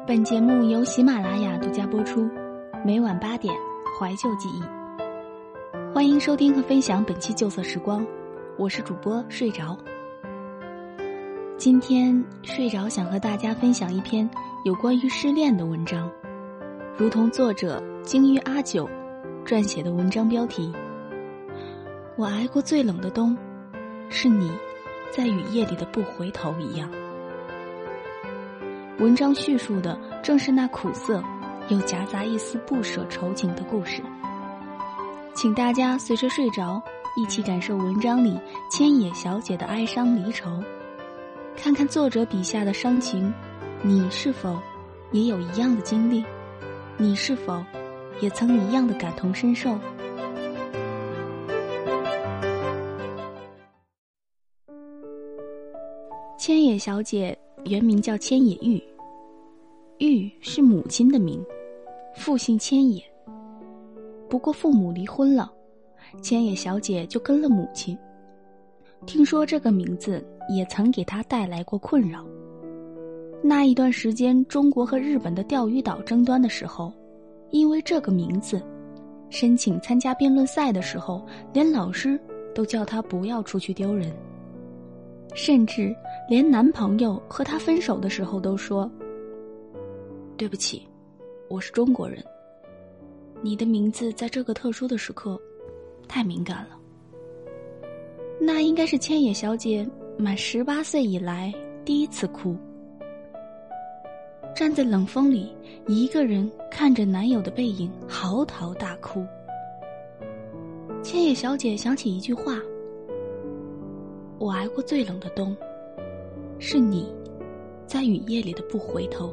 本节目由喜马拉雅独家播出，每晚8点，怀旧记忆。欢迎收听和分享本期旧色时光，我是主播睡着。今天睡着想和大家分享一篇有关于失恋的文章，如同作者鲸鱼阿九撰写的文章标题：我挨过最冷的冬，是你在雨夜里的不回头一样。文章叙述的正是那苦涩又夹杂一丝不舍愁情的故事，请大家随着睡着一起感受文章里千野小姐的哀伤离愁，看看作者笔下的伤情，你是否也有一样的经历？你是否也曾一样的感同身受？千野小姐原名叫千野玉，玉是母亲的名，父姓千野。不过父母离婚了，千野小姐就跟了母亲。听说这个名字也曾给她带来过困扰。那一段时间，中国和日本的钓鱼岛争端的时候，因为这个名字，申请参加辩论赛的时候，连老师都叫她不要出去丢人。甚至连男朋友和她分手的时候都说：对不起，我是中国人，你的名字在这个特殊的时刻太敏感了。那应该是千野小姐满18岁以来第一次哭，站在冷风里，一个人看着男友的背影嚎啕大哭。千野小姐想起一句话：我挨过最冷的冬，是你在雨夜里的不回头。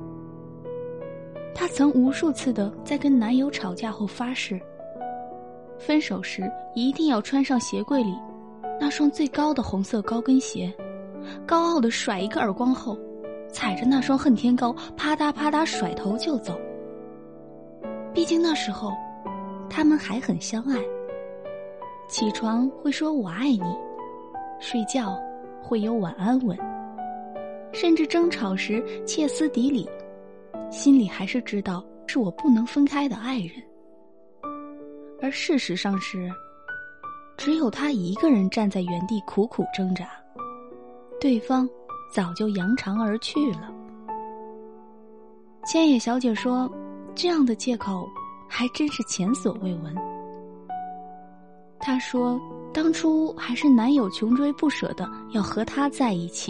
她曾无数次的在跟男友吵架后发誓，分手时一定要穿上鞋柜里那双最高的红色高跟鞋，高傲的甩一个耳光后，踩着那双恨天高，啪嗒啪嗒甩头就走。毕竟那时候他们还很相爱，起床会说我爱你，睡觉会有晚安吻，甚至争吵时歇斯底里，心里还是知道是我不能分开的爱人。而事实上是，只有他一个人站在原地苦苦挣扎，对方早就扬长而去了。千野小姐说，这样的借口还真是前所未闻。她说当初还是男友穷追不舍的要和她在一起。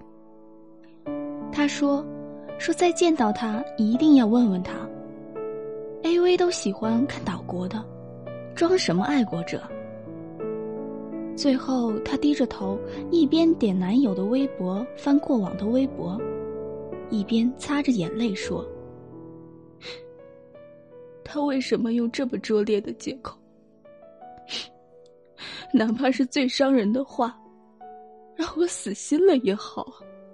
她说再见到他一定要问问他， AV 都喜欢看岛国的，装什么爱国者。最后她低着头，一边点男友的微博翻过往的微博，一边擦着眼泪说，他为什么用这么拙劣的借口？哪怕是最伤人的话，让我死心了也好。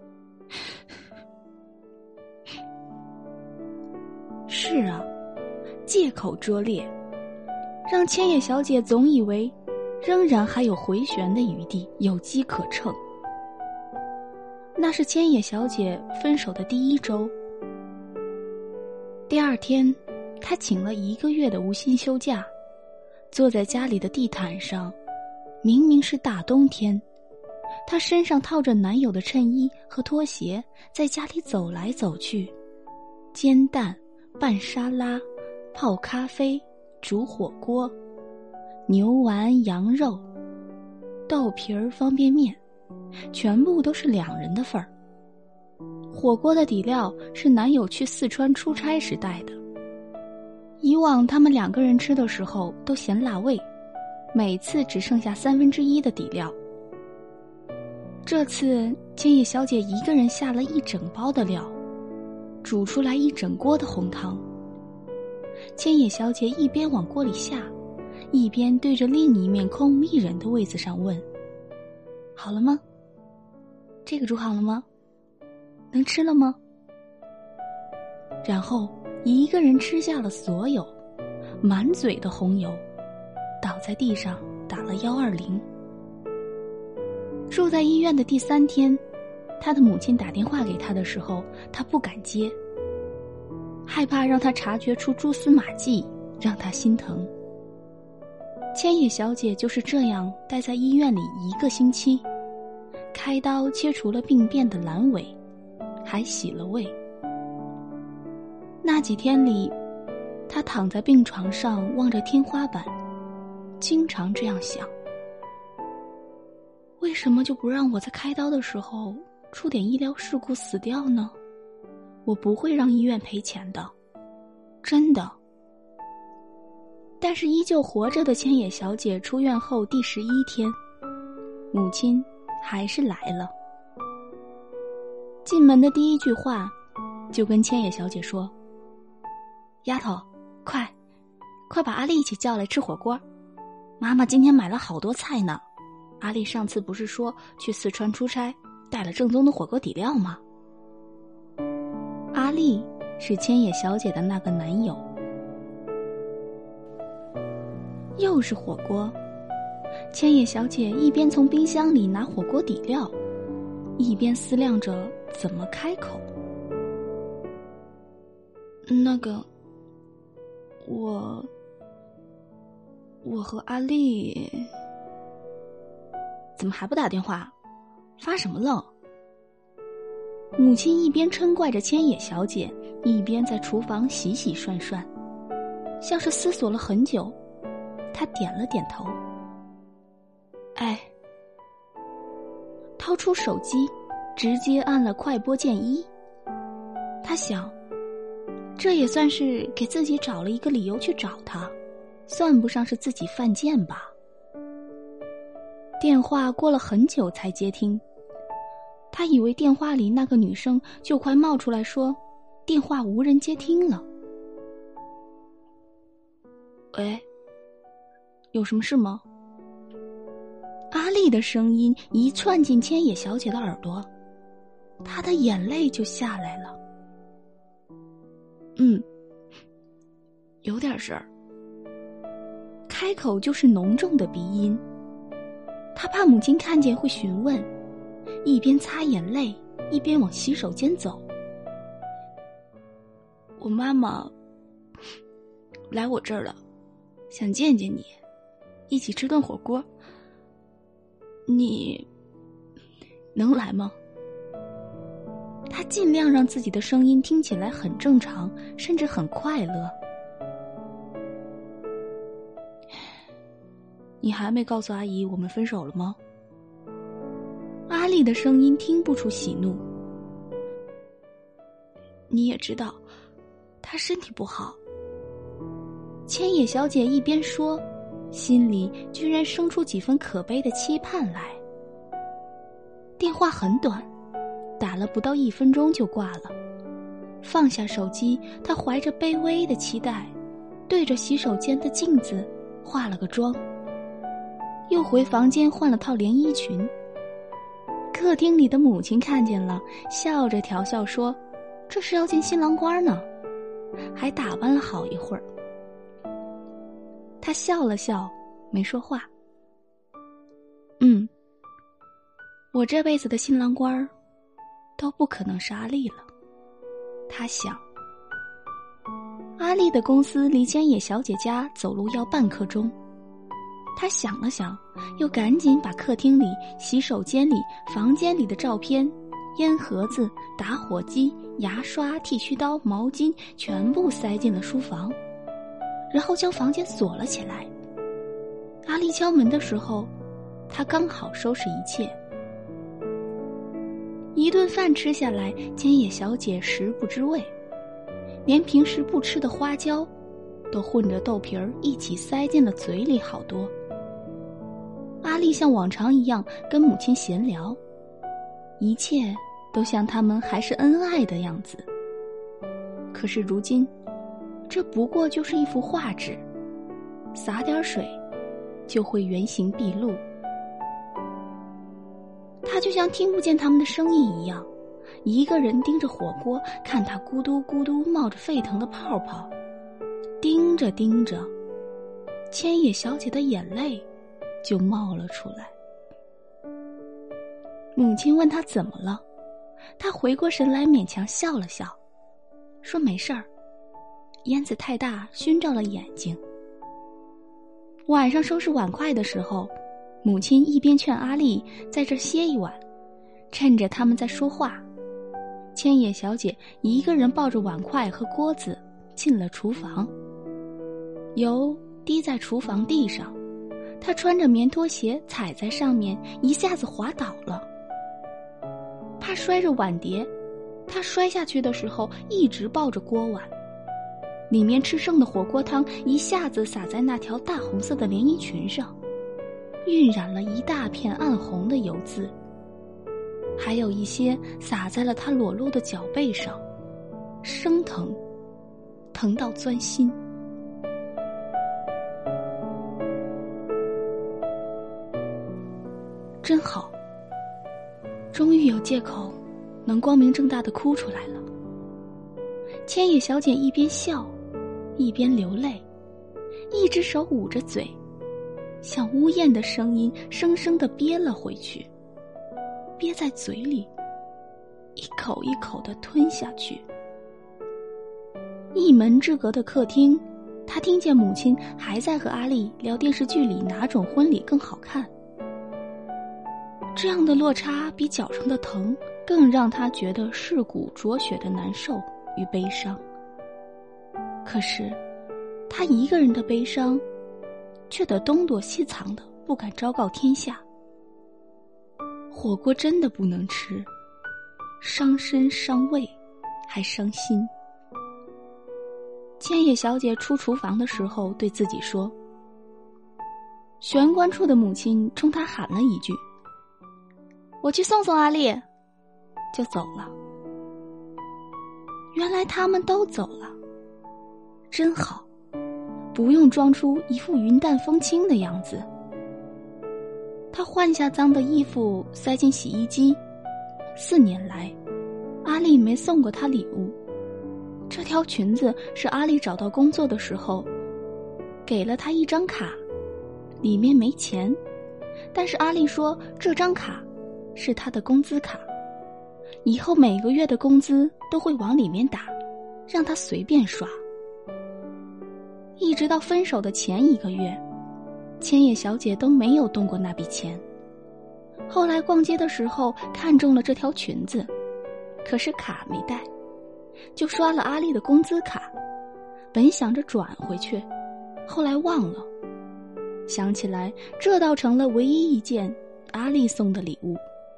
是啊，借口拙劣，让千野小姐总以为仍然还有回旋的余地，有机可乘。那是千野小姐分手的第1周，第2天，她请了1个月的无薪休假，坐在家里的地毯上，明明是大冬天，她身上套着男友的衬衣和拖鞋，在家里走来走去，煎蛋、拌沙拉、泡咖啡、煮火锅，牛丸、羊肉、豆皮儿、方便面，全部都是2人的份儿。火锅的底料是男友去四川出差时带的，以往他们2个人吃的时候都嫌辣味，每次只剩下1/3的底料。这次千野小姐一个人下了1整包的料，煮出来1整锅的红汤。千野小姐一边往锅里下，一边对着另一面空无一人的位子上问，好了吗？这个煮好了吗？能吃了吗？然后一个人吃下了所有，满嘴的红油，倒在地上打了120。住在医院的第3天，他的母亲打电话给他的时候，他不敢接， 害怕让他察觉出蛛丝马迹，让他心疼。千叶小姐就是这样待在医院里1个星期，开刀切除了病变的阑尾，还洗了胃。那几天里，她躺在病床上望着天花板，经常这样想：为什么就不让我在开刀的时候出点医疗事故死掉呢？我不会让医院赔钱的，真的。但是依旧活着的千野小姐出院后第11天，母亲还是来了。进门的第一句话就跟千野小姐说：丫头，快把阿丽一起叫来吃火锅，妈妈今天买了好多菜呢。阿丽上次不是说去四川出差带了正宗的火锅底料吗？阿丽是千野小姐的那个男友。又是火锅，千野小姐一边从冰箱里拿火锅底料，一边思量着怎么开口。那个，我和阿丽，怎么还不打电话？发什么愣？母亲一边嗔怪着千野小姐，一边在厨房洗洗涮涮，像是思索了很久。她点了点头。哎，掏出手机，直接按了快播键1。她想，这也算是给自己找了一个理由去找他，算不上是自己犯贱吧。电话过了很久才接听，他以为电话里那个女生就快冒出来说电话无人接听了。喂，有什么事吗？阿丽的声音一窜进千野小姐的耳朵，她的眼泪就下来了。有点事儿。开口就是浓重的鼻音，她怕母亲看见会询问，一边擦眼泪一边往洗手间走。我妈妈来我这儿了，想见见你，一起吃顿火锅，你能来吗？他尽量让自己的声音听起来很正常，甚至很快乐。你还没告诉阿姨我们分手了吗？阿丽的声音听不出喜怒。你也知道她身体不好。千野小姐一边说，心里居然生出几分可悲的期盼来。电话很短，打了不到1分钟就挂了。放下手机，她怀着卑微的期待，对着洗手间的镜子化了个妆，又回房间换了套连衣裙。客厅里的母亲看见了，笑着调笑说：“这是要见新郎官呢。”还打扮了好一会儿。她笑了笑，没说话。我这辈子的新郎官都不可能是阿丽了，她想。阿丽的公司离千野小姐家走路要半刻钟。她想了想，又赶紧把客厅里、洗手间里、房间里的照片、烟盒子、打火机、牙刷、剃须刀、毛巾全部塞进了书房，然后将房间锁了起来。阿丽敲门的时候，她刚好收拾一切。一顿饭吃下来，千野小姐食不知味，连平时不吃的花椒都混着豆皮儿一起塞进了嘴里好多。阿丽像往常一样跟母亲闲聊，一切都像他们还是恩爱的样子。可是如今，这不过就是一幅画纸，洒点水就会原形毕露。他就像听不见他们的声音一样，一个人盯着火锅，看它咕嘟咕嘟冒着沸腾的泡泡。盯着盯着，千野小姐的眼泪就冒了出来。母亲问她怎么了，她回过神来勉强笑了笑，说没事儿， 烟子太大，熏照了眼睛。晚上收拾碗筷的时候，母亲一边劝阿丽在这歇一晚，趁着他们在说话，千叶小姐一个人抱着碗筷和锅子进了厨房。油滴在厨房地上，她穿着棉拖鞋踩在上面，一下子滑倒了。怕摔着碗碟，她摔下去的时候一直抱着锅碗，里面吃剩的火锅汤一下子洒在那条大红色的连衣裙上，晕染了一大片暗红的油渍，还有一些洒在了她裸露的脚背上，生疼，疼到钻心。真好，终于有借口能光明正大地哭出来了。千叶小姐一边笑一边流泪，一只手捂着嘴，像呜咽的声音生生地憋了回去，憋在嘴里，一口一口地吞下去。一门之隔的客厅，她听见母亲还在和阿丽聊电视剧里哪种婚礼更好看。这样的落差比脚上的疼更让她觉得蚀骨灼血的难受与悲伤。可是她一个人的悲伤却得东躲西藏的，不敢昭告天下。火锅真的不能吃，伤身伤胃还伤心。千叶小姐出厨房的时候对自己说，玄关处的母亲冲她喊了一句，我去送送阿丽，就走了。原来他们都走了，真好，不用装出一副云淡风轻的样子。他换下脏的衣服塞进洗衣机。4年来，阿丽没送过他礼物。这条裙子是阿丽找到工作的时候给了他一张卡，里面没钱，但是阿丽说这张卡是他的工资卡，以后每个月的工资都会往里面打，让他随便刷。一直到分手的前1个月，千叶小姐都没有动过那笔钱。后来逛街的时候看中了这条裙子，可是卡没带，就刷了阿丽的工资卡，本想着转回去，后来忘了，想起来这倒成了唯一一件阿丽送的礼物。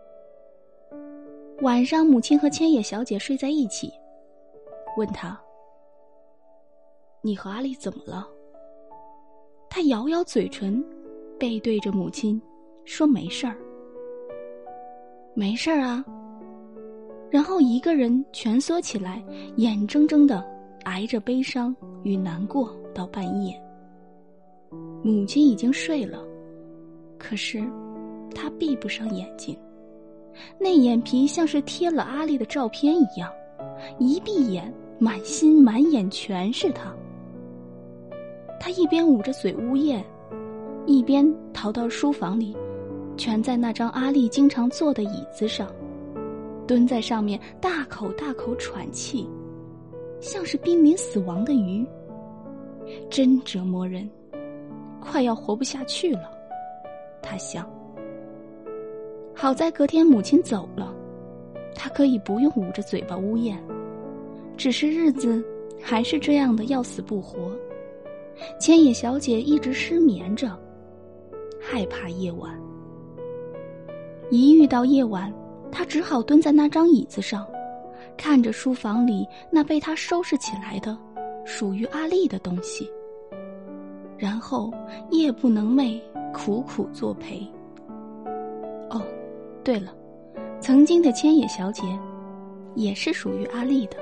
晚上母亲和千叶小姐睡在一起，问她，你和阿丽怎么了？她摇摇嘴唇，背对着母亲说没事儿。没事儿啊。然后一个人蜷缩起来，眼睁睁地挨着悲伤与难过到半夜。母亲已经睡了，可是她闭不上眼睛，那眼皮像是贴了阿丽的照片一样，一闭眼满心满眼全是她。她一边捂着嘴呜咽，一边逃到书房里，蜷在那张阿丽经常坐的椅子上，蹲在上面大口大口喘气，像是濒临死亡的鱼，真折磨人，快要活不下去了，他想。好在隔天母亲走了，他可以不用捂着嘴巴呜咽，只是日子还是这样的要死不活。千野小姐一直失眠着，害怕夜晚。一遇到夜晚，她只好蹲在那张椅子上，看着书房里那被她收拾起来的属于阿丽的东西，然后夜不能寐，苦苦作陪。哦，对了，曾经的千野小姐也是属于阿丽的。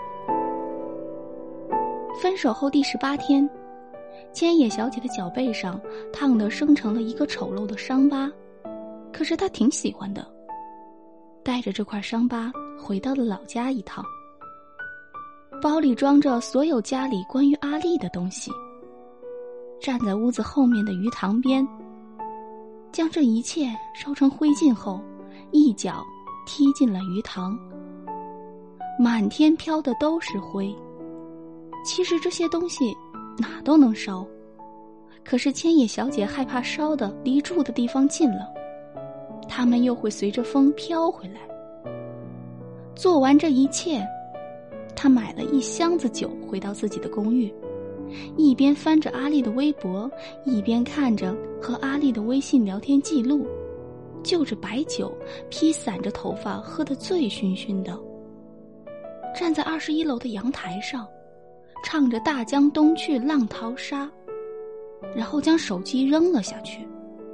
分手后第18天，千野小姐的脚背上烫得生成了一个丑陋的伤疤，可是她挺喜欢的，带着这块伤疤回到了老家一趟。包里装着所有家里关于阿丽的东西，站在屋子后面的鱼塘边，将这一切烧成灰烬后，一脚踢进了鱼塘，满天飘的都是灰， 其实这些东西哪都能烧，可是千叶小姐害怕烧的离住的地方近了，它们又会随着风飘回来。做完这一切，她买了1箱子酒回到自己的公寓，一边翻着阿丽的微博，一边看着和阿丽的微信聊天记录，就着白酒披散着头发，喝得醉醺醺的，站在21楼的阳台上，唱着大江东去浪淘沙，然后将手机扔了下去。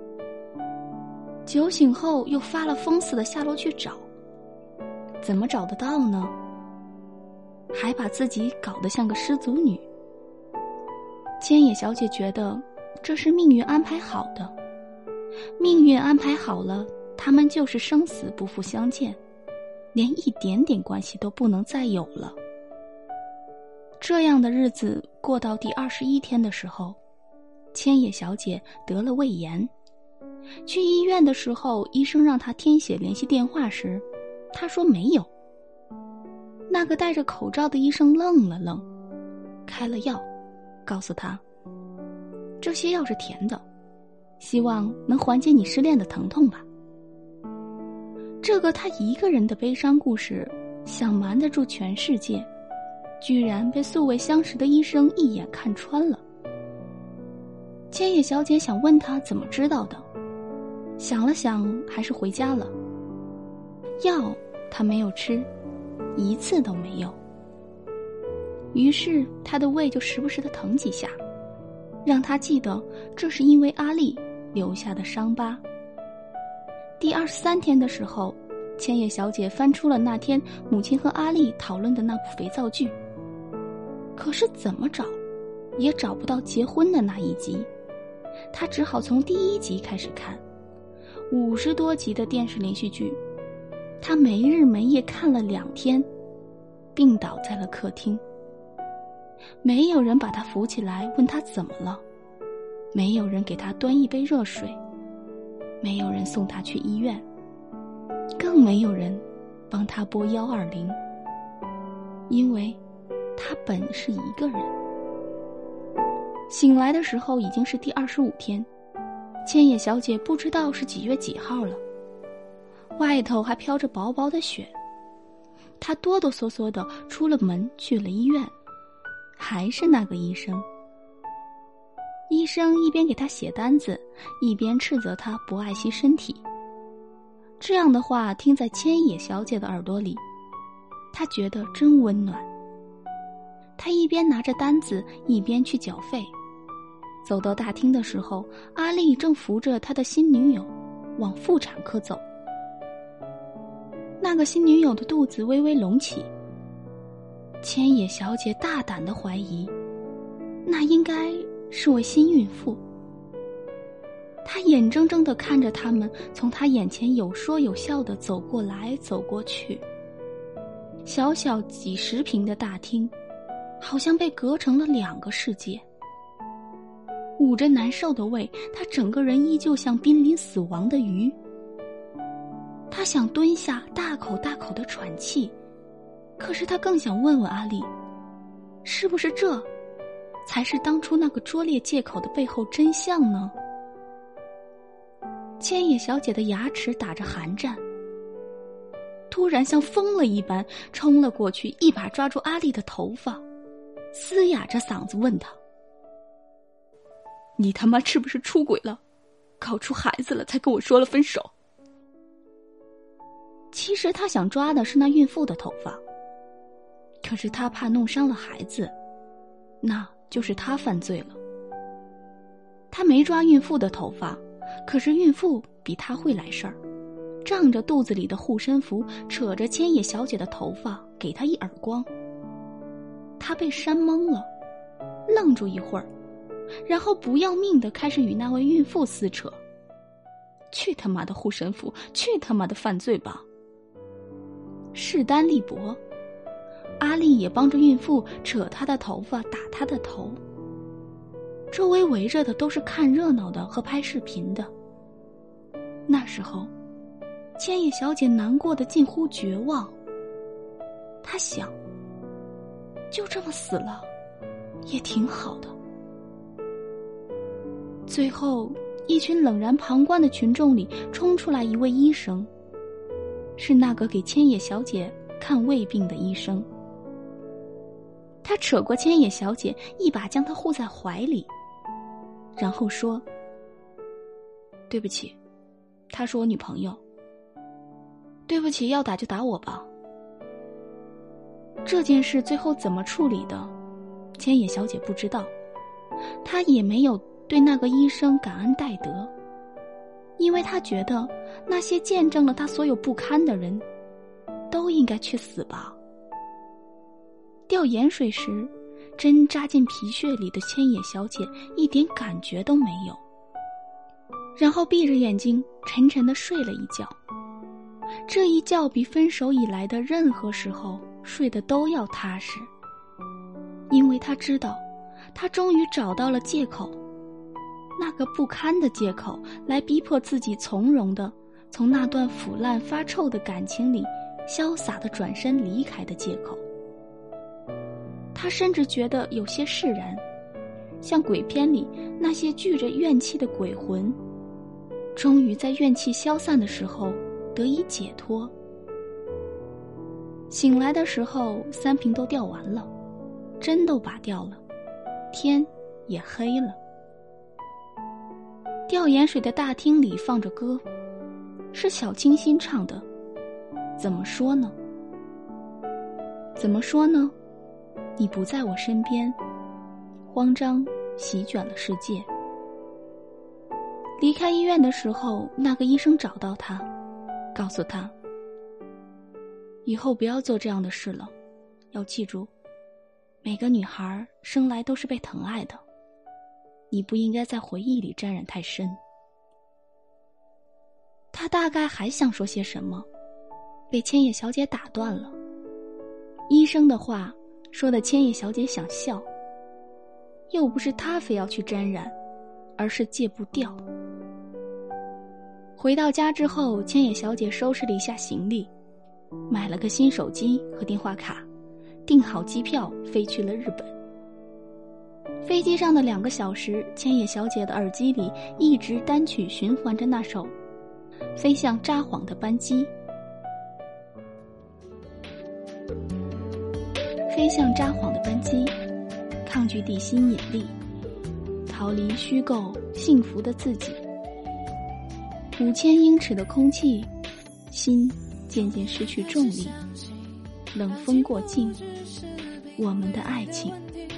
酒醒后又发了疯似的下楼去找，怎么找得到呢？还把自己搞得像个失足女。千叶小姐觉得这是命运安排好的，命运安排好了，他们就是生死不复相见，连一点点关系都不能再有了。这样的日子过到第21天的时候，千叶小姐得了胃炎。去医院的时候，医生让她填写联系电话时，她说没有。那个戴着口罩的医生愣了愣，开了药，告诉她这些药是甜的，希望能缓解你失恋的疼痛吧。这个她一个人的悲伤故事，想瞒得住全世界，居然被素未相识的医生一眼看穿了。千叶小姐想问他怎么知道的，想了想还是回家了。药她没有吃，一次都没有。于是她的胃就时不时地疼几下，让她记得这是因为阿丽留下的伤疤。第23天的时候，千叶小姐翻出了那天母亲和阿丽讨论的那部肥皂剧，可是怎么找也找不到结婚的那一集，她只好从第1集开始看。50多集的电视连续剧，她没日没夜看了2天，病倒在了客厅。没有人把她扶起来问她怎么了，没有人给她端一杯热水，没有人送她去医院，更没有人帮她拨120，因为她本是一个人。醒来的时候已经是第25天，千叶小姐不知道是几月几号了，外头还飘着薄薄的雪。她哆哆嗦嗦地出了门，去了医院，还是那个医生。医生一边给她写单子，一边斥责她不爱惜身体。这样的话听在千叶小姐的耳朵里，她觉得真温暖。她一边拿着单子，一边去缴费。走到大厅的时候，阿丽正扶着她的新女友往妇产科走。那个新女友的肚子微微隆起，千叶小姐大胆地怀疑，那应该是位新孕妇。她眼睁睁地看着他们从她眼前有说有笑地走过来走过去。小小几十平的大厅，好像被隔成了2个世界。捂着难受的胃，她整个人依旧像濒临死亡的鱼。她想蹲下，大口大口地喘气，可是她更想问问阿丽，是不是这才是当初那个拙劣借口的背后真相呢？千叶小姐的牙齿打着寒战，突然像疯了一般冲了过去，一把抓住阿丽的头发，嘶哑着嗓子问她，你他妈是不是出轨了？搞出孩子了才跟我说了分手。其实他想抓的是那孕妇的头发，可是他怕弄伤了孩子，那就是他犯罪了。他没抓孕妇的头发，可是孕妇比他会来事儿，仗着肚子里的护身符，扯着千叶小姐的头发给他一耳光。他被扇懵了，愣住一会儿，然后不要命地开始与那位孕妇撕扯。去他妈的护身符，去他妈的犯罪吧！势单力薄，阿丽也帮着孕妇扯她的头发，打她的头。周围围着的都是看热闹的和拍视频的。那时候，千叶小姐难过的近乎绝望。她想，就这么死了， 也挺好的。最后，一群冷然旁观的群众里冲出来一位医生，是那个给千叶小姐看胃病的医生。他扯过千叶小姐，一把将她护在怀里，然后说：“对不起，她是我女朋友。对不起，要打就打我吧。”这件事最后怎么处理的，千叶小姐不知道，她也没有对那个医生感恩戴德，因为她觉得那些见证了她所有不堪的人都应该去死吧。吊盐水时，针扎进皮屑里的千叶小姐一点感觉都没有，然后闭着眼睛沉沉地睡了一觉。这一觉比分手以来的任何时候睡得都要踏实，因为她知道，她终于找到了借口，那个不堪的借口，来逼迫自己从容地从那段腐烂发臭的感情里潇洒地转身离开的借口。他甚至觉得有些释然，像鬼片里那些聚着怨气的鬼魂，终于在怨气消散的时候得以解脱。醒来的时候，3瓶都吊完了，针都拔掉了，天也黑了。吊盐水的大厅里放着歌，是小清新唱的。怎么说呢？怎么说呢？你不在我身边，慌张席卷了世界。离开医院的时候，那个医生找到他，告诉他，以后不要做这样的事了，要记住，每个女孩生来都是被疼爱的，你不应该在回忆里沾染太深。他大概还想说些什么，被千叶小姐打断了。医生的话说的千叶小姐想笑，又不是她非要去沾染，而是戒不掉。回到家之后，千叶小姐收拾了一下行李，买了个新手机和电话卡，订好机票飞去了日本。飞机上的2个小时，千叶小姐的耳机里一直单曲循环着那首《飞向札幌的班机》。飞向札幌的班机，抗拒地心引力，逃离虚构幸福的自己。5000英尺的空气，心渐渐失去重力，冷风过境，我们的爱情。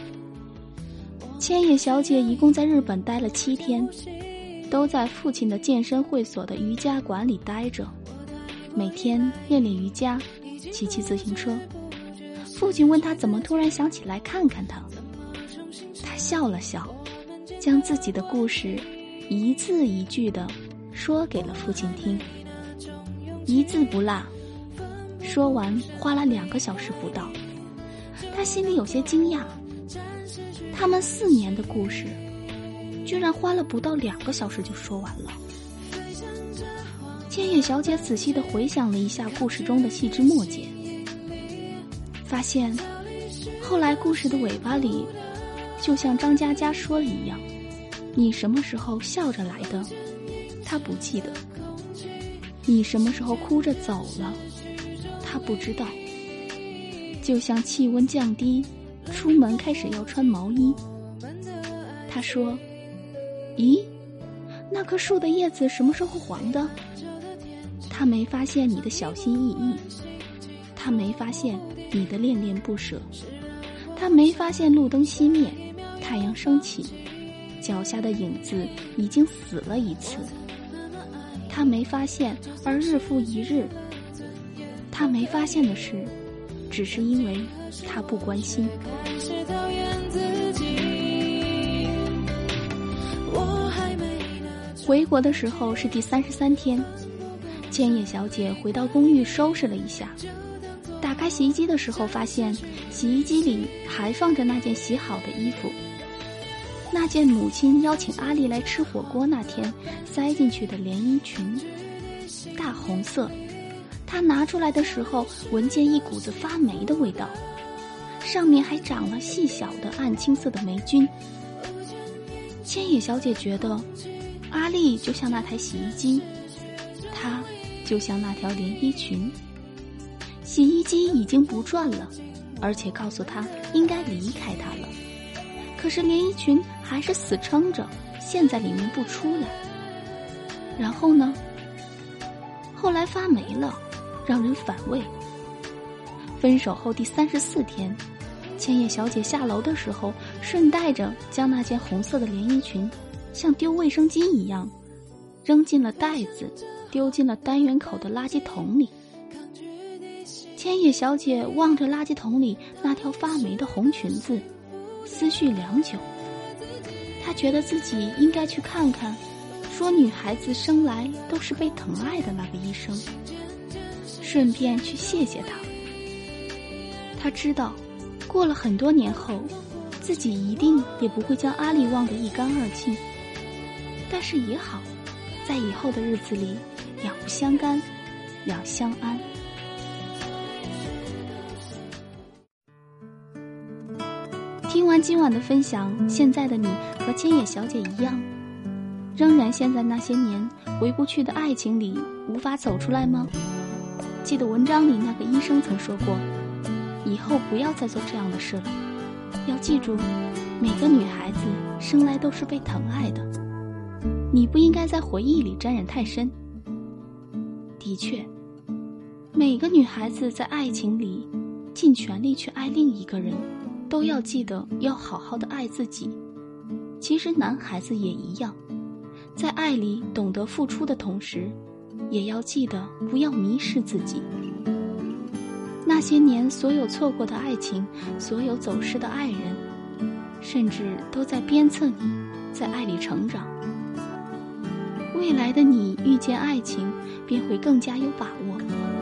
千叶小姐一共在日本待了7天，都在父亲的健身会所的瑜伽馆里待着，每天练练瑜伽，骑自行车。父亲问他怎么突然想起来看看他，他笑了笑，将自己的故事一字一句地说给了父亲听，一字不落。说完花了2个小时不到，他心里有些惊讶，他们4年的故事居然花了不到2个小时就说完了。千叶小姐仔细地回想了一下故事中的细枝末节，发现后来故事的尾巴里，就像张嘉佳说的一样，你什么时候笑着来的，他不记得；你什么时候哭着走了，他不知道。就像气温降低，出门开始要穿毛衣。他说，咦，那棵树的叶子什么时候黄的？他没发现你的小心翼翼，他没发现你的恋恋不舍，他没发现路灯熄灭，太阳升起，脚下的影子已经死了一次。他没发现，而日复一日。他没发现的是，只是因为他不关心。回国的时候是第33天，千叶小姐回到公寓收拾了一下，打开洗衣机的时候发现洗衣机里还放着那件洗好的衣服，那件母亲邀请阿丽来吃火锅那天塞进去的连衣裙，大红色。她拿出来的时候闻见一股子发霉的味道， 上面还长了细小的暗青色的霉菌。千叶小姐觉得阿丽就像那台洗衣机，她就像那条连衣裙。洗衣机已经不转了，而且告诉她应该离开它了，可是连衣裙还是死撑着，陷在里面不出来。然后呢？后来发霉了，让人反胃。分手后第34天，千叶小姐下楼的时候，顺带着将那件红色的连衣裙像丢卫生巾一样扔进了袋子，丢进了单元口的垃圾桶里。千叶小姐望着垃圾桶里那条发霉的红裙子，思绪良久。她觉得自己应该去看看说女孩子生来都是被疼爱的那个医生，顺便去谢谢他。他知道过了很多年后，自己一定也不会将阿丽忘得一干二净，但是也好，在以后的日子里两不相干，两相安。听完今晚的分享，现在的你和千叶小姐一样，仍然陷在那些年回不去的爱情里无法走出来吗？记得文章里那个医生曾说过，以后不要再做这样的事了，要记住每个女孩子生来都是被疼爱的，你不应该在回忆里沾染太深。的确，每个女孩子在爱情里尽全力去爱另一个人，都要记得要好好的爱自己。其实男孩子也一样，在爱里懂得付出的同时，也要记得不要迷失自己。那些年所有错过的爱情，所有走失的爱人，甚至都在鞭策你在爱里成长。未来的你遇见爱情便会更加有把握。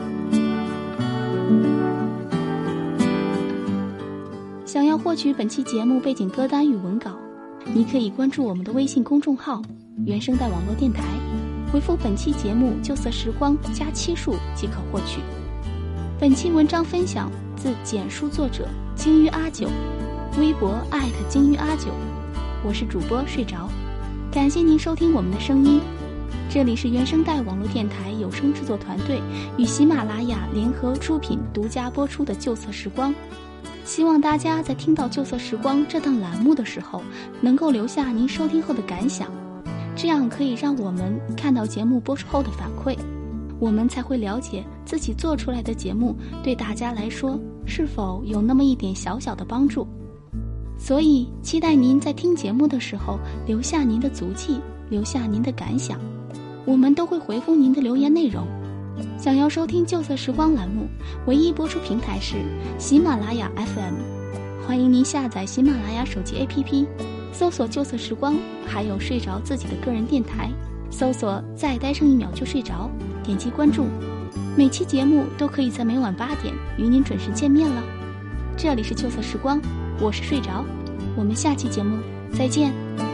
想要获取本期节目背景歌单与文稿，你可以关注我们的微信公众号原声带网络电台，回复本期节目旧色时光加7数即可获取。本期文章分享自简书作者鲸鱼阿九，微博鲸鱼阿九，我是主播睡着，感谢您收听我们的声音。这里是原声带网络电台有声制作团队与喜马拉雅联合出品独家播出的旧色时光，希望大家在听到旧色时光这档栏目的时候，能够留下您收听后的感想，这样可以让我们看到节目播出后的反馈，我们才会了解自己做出来的节目对大家来说是否有那么一点小小的帮助。所以期待您在听节目的时候留下您的足迹，留下您的感想，我们都会回复您的留言内容。想要收听旧色时光栏目，唯一播出平台是喜马拉雅 FM， 欢迎您下载喜马拉雅手机 APP， 搜索旧色时光，还有睡着自己的个人电台，搜索再待上1秒就睡着，点击关注，每期节目都可以在每晚8点与您准时见面了。这里是旧色时光，我是睡着，我们下期节目再见。